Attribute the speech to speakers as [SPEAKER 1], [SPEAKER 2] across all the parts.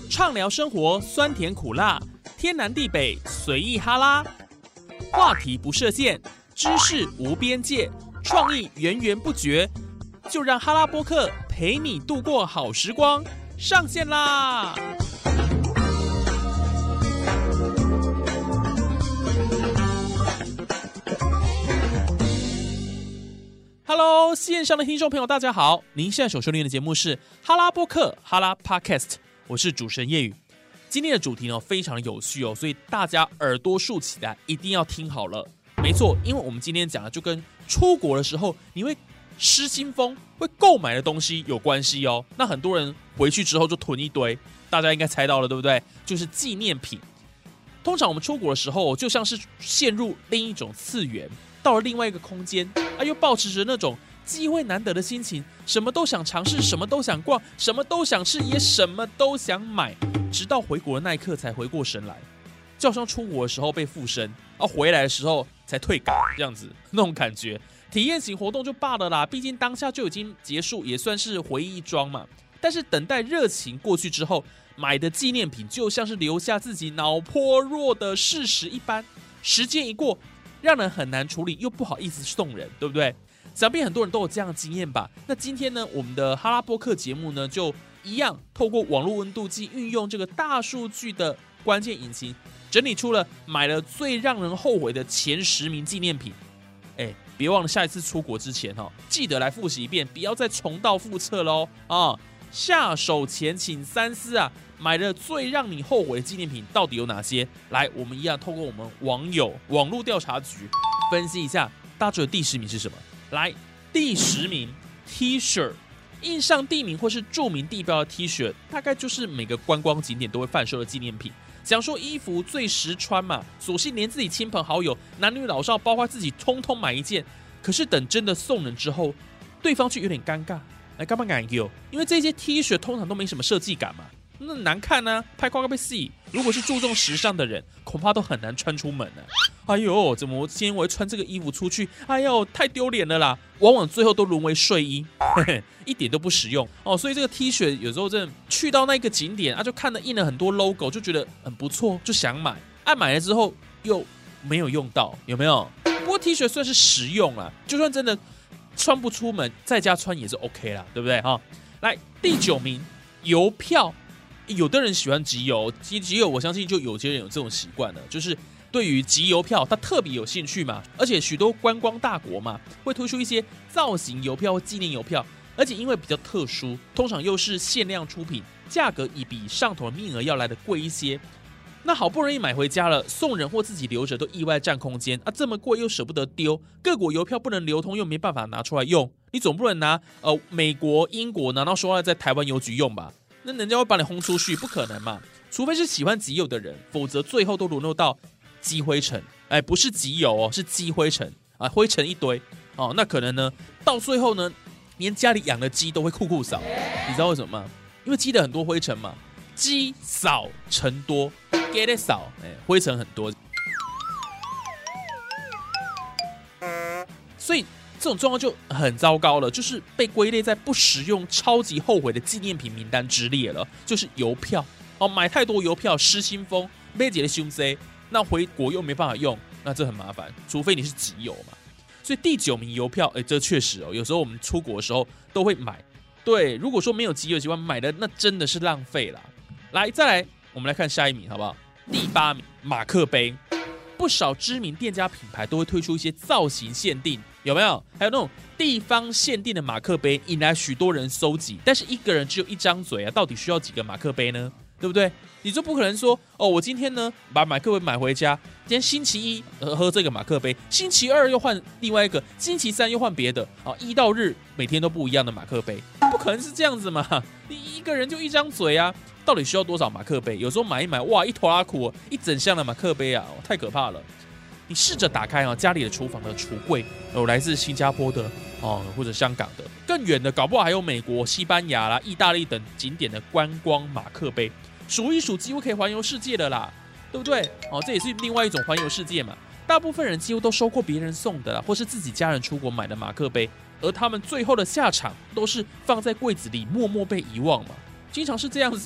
[SPEAKER 1] 畅聊生活酸甜苦辣，天南地北随意哈拉，话题不设限，知识无边界，创意源源不绝，就让哈拉播客陪你度过好时光，上线啦！Hello， 线上的听众朋友，大家好！您现在所收听的节目是哈拉播客哈拉 Podcast， 我是主持人叶宇。今天的主题呢非常有趣哦，所以大家耳朵竖起来，一定要听好了。没错，因为我们今天讲的就跟出国的时候你会失心疯、会购买的东西有关系哦。那很多人回去之后就囤一堆，大家应该猜到了对不对？就是纪念品。通常我们出国的时候，就像是陷入另一种次元。到了另外一个空间又抱持着那种机会难得的心情，什么都想尝试，什么都想逛，什么都想吃，也什么都想买，直到回国的那一刻才回过神来，就好像出国的时候被附身，回来的时候才退改，这样子那种感觉。体验型活动就罢了啦，毕竟当下就已经结束，也算是回忆一桩嘛。但是等待热情过去之后，买的纪念品就像是留下自己脑波弱的事实一般，时间一过，让人很难处理，又不好意思送人，对不对？想必很多人都有这样的经验吧。那今天呢，我们的哈拉播客节目呢，就一样透过网络温度计，运用这个大数据的关键引擎，整理出了买了最让人后悔的前10名纪念品。别忘了下一次出国之前记得来复习一遍，不要再重蹈覆辙喽啊！下手前请三思啊！买了最让你后悔的纪念品到底有哪些？来，我们一样透过我们网络调查局分析一下，大家觉得第10名是什么？来，第10名 T 恤，印上地名或是著名地标的 T 恤，大概就是每个观光景点都会贩售的纪念品。想说衣服最实穿嘛，索性连自己亲朋好友、男女老少，包括自己，通通买一件。可是等真的送人之后，对方却有点尴尬。干嘛敢有？因为这些 T 恤通常都没什么设计感嘛，那难看啊，拍光被洗。如果是注重时尚的人，恐怕都很难穿出门啊。哎呦，怎么今天我会穿这个衣服出去？哎呦，太丢脸了啦！往往最后都沦为睡衣，一点都不实用哦。所以这个 T 恤有时候真的去到那个景点就看了印了很多 logo， 就觉得很不错，就想买。买了之后又没有用到，有没有？不过 T 恤算是实用啦，就算真的穿不出门，在家穿也是 OK 啦，对不对？来，第9名，邮票。有的人喜欢集邮，集邮我相信就有些人有这种习惯了，就是对于集邮票他特别有兴趣嘛，而且许多观光大国嘛会推出一些造型邮票或纪念邮票，而且因为比较特殊，通常又是限量出品，价格也比上头的面额要来的贵一些。那好不容易买回家了，送人或自己留着都意外占空间这么贵又舍不得丢，各国邮票不能流通又没办法拿出来用，你总不能拿美国、英国拿到收来在台湾邮局用吧？那人家会把你轰出去，不可能嘛！除非是喜欢集邮的人，否则最后都沦落到积灰尘。不是集邮是积灰尘灰尘一堆那可能呢，到最后呢，连家里养的鸡都会酷扫。你知道为什么吗？因为鸡的很多灰尘嘛，积少成多 ，get it 少，灰尘很多，所以这种状况就很糟糕了，就是被归类在不实用、超级后悔的纪念品名单之列了。就是邮票买太多邮票失心疯，买几个凶 C， 那回国又没办法用，那这很麻烦。除非你是集邮嘛。所以第9名邮票，这确实有时候我们出国的时候都会买。对，如果说没有集邮习惯买的，那真的是浪费啦。来，再来，我们来看下一名好不好？第8名马克杯。不少知名店家品牌都会推出一些造型限定，有没有？还有那种地方限定的马克杯，引来许多人收集。但是一个人只有一张嘴到底需要几个马克杯呢？对不对？你就不可能说我今天呢把马克杯买回家，今天星期一喝这个马克杯，星期2又换另外一个，星期3又换别的1到日每天都不一样的马克杯，不可能是这样子嘛？你一个人就一张嘴啊！到底需要多少马克杯？有时候买一买，哇，一拖拉库一整箱的马克杯太可怕了！你试着打开家里的厨房的橱柜，有来自新加坡的或者香港的，更远的搞不好还有美国、西班牙啦、意大利等景点的观光马克杯，数一数几乎可以环游世界的啦，对不对？这也是另外一种环游世界嘛。大部分人几乎都收过别人送的啦，或是自己家人出国买的马克杯，而他们最后的下场都是放在柜子里默默被遗忘嘛。经常是这样子啊，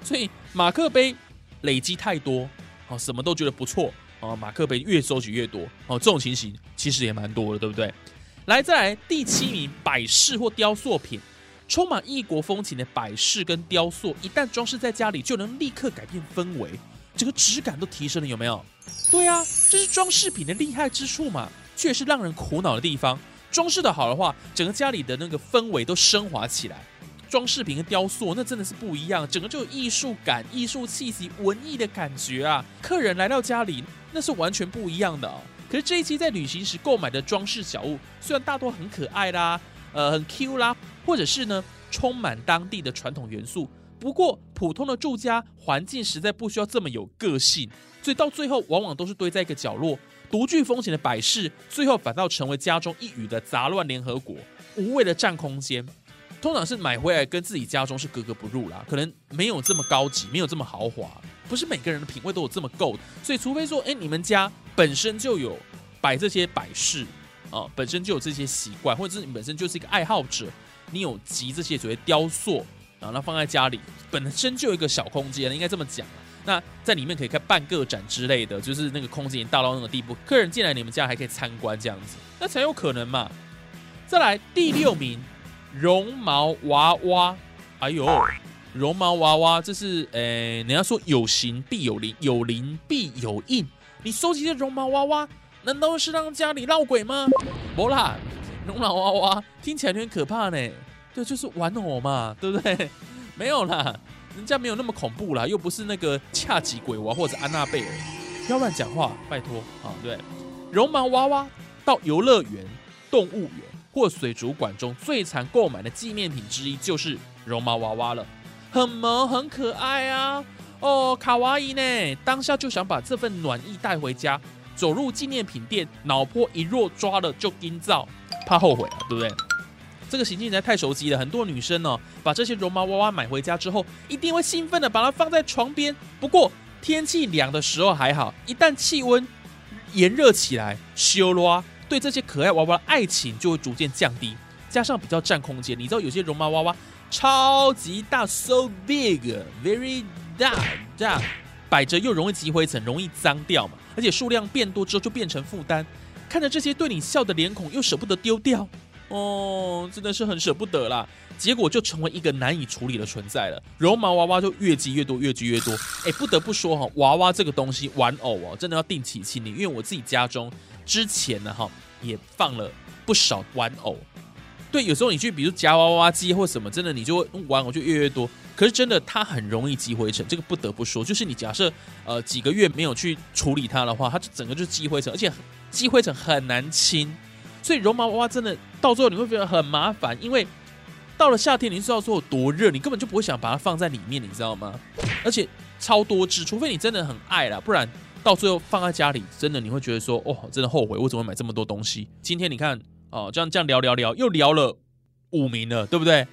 [SPEAKER 1] 所以马克杯累积太多，什么都觉得不错，马克杯越收集越多，这种情形其实也蛮多的，对不对？来，再来第7名，摆饰或雕塑品。充满异国风情的摆饰跟雕塑，一旦装饰在家里，就能立刻改变氛围，整个质感都提升了，有没有？对啊，这是装饰品的厉害之处嘛，却也是让人苦恼的地方。装饰的好的话，整个家里的那个氛围都升华起来。装饰品跟雕塑那真的是不一样，整个就有艺术感、艺术气息、文艺的感觉啊！客人来到家里，那是完全不一样的哦。可是这一期在旅行时购买的装饰小物，虽然大多很可爱啦，很 Q 啦，或者是呢充满当地的传统元素，不过普通的住家环境实在不需要这么有个性，所以到最后往往都是堆在一个角落，独具风情的摆饰，最后反倒成为家中一隅的杂乱联合国，无谓的占空间。通常是买回来跟自己家中是格格不入啦，可能没有这么高级，没有这么豪华，不是每个人的品味都有这么够的，所以除非说，你们家本身就有摆这些摆饰本身就有这些习惯，或者是你本身就是一个爱好者，你有集这些所谓雕塑，然后放在家里，本身就有一个小空间，应该这么讲。那在里面可以开办个展之类的，就是那个空间大到那个地步，客人进来你们家还可以参观这样子，那才有可能嘛。再来第6名。绒毛娃娃，哎呦，绒毛娃娃，这是人家说有形必有灵，有灵必有印。你收集的绒毛娃娃，难道是让家里闹鬼吗？不啦，绒毛娃娃听起来有点可怕呢。对，就是玩偶嘛，对不对？没有啦，人家没有那么恐怖啦，又不是那个恰吉鬼娃或者安娜贝尔，不要乱讲话，拜托啊！对，绒毛娃娃到游乐园、动物园或水族馆中最常购买的纪念品之一就是绒毛娃娃了，很萌很可爱啊！卡哇伊呢，当下就想把这份暖意带回家。走入纪念品店，脑波一弱，抓了就惊躁，怕后悔啊，对不对？这个行径实在太熟悉了，很多女生把这些绒毛娃娃买回家之后，一定会兴奋的把它放在床边。不过天气凉的时候还好，一旦气温炎热起来，羞啦。对这些可爱娃娃的爱情就会逐渐降低，加上比较占空间。你知道有些绒毛娃娃超级大 ，so big， very 大，摆着又容易积灰尘，容易脏掉嘛。而且数量变多之后就变成负担。看着这些对你笑的脸孔，又舍不得丢掉，真的是很舍不得啦。结果就成为一个难以处理的存在了。绒毛娃娃就越积越多，越积越多。不得不说娃娃这个东西，玩偶真的要定期清理，因为我自己家中。之前呢也放了不少玩偶，对，有时候你去比如夹娃娃机或什么，真的你就会玩偶就越多，可是真的它很容易积灰尘，这个不得不说，就是你假设几个月没有去处理它的话，它就整个就积灰尘，而且积灰尘很难清，所以绒毛娃娃真的到最后你会觉得很麻烦，因为到了夏天你知道说有多热，你根本就不会想把它放在里面，你知道吗？而且超多只，除非你真的很爱啦，不然到最后放在家里，真的你会觉得说，真的后悔，为什么会买这么多东西？今天你看，这样聊，又聊了5名了，对不对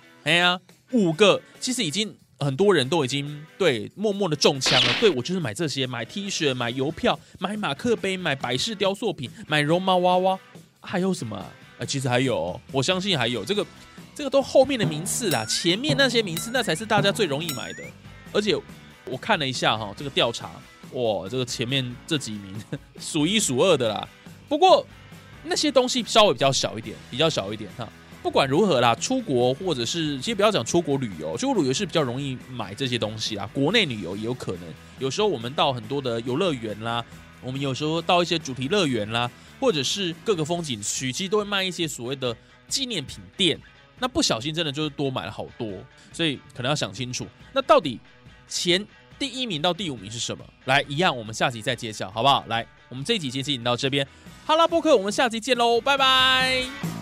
[SPEAKER 1] ？5个，其实已经很多人都已经对默默的中枪了。对，我就是买这些，买 T 恤，买邮票，买马克杯，买摆饰雕塑品，买绒毛娃娃，还有什么其实还有，我相信还有这个都后面的名次啦，前面那些名次那才是大家最容易买的。而且我看了一下这个调查。哇，这个前面这几名数1数2的啦。不过那些东西稍微比较小一点哈。不管如何啦，出国或者是其实不要讲出国旅游，出国旅游是比较容易买这些东西啦。国内旅游也有可能，有时候我们到很多的游乐园啦，我们有时候到一些主题乐园啦，或者是各个风景区，其实都会卖一些所谓的纪念品店。那不小心真的就是多买了好多，所以可能要想清楚，那到底第1名到第5名是什么？来，一样，我们下集再揭晓，好不好？来，我们这一集先进行到这边，哈拉播客，我们下集见喽，拜拜。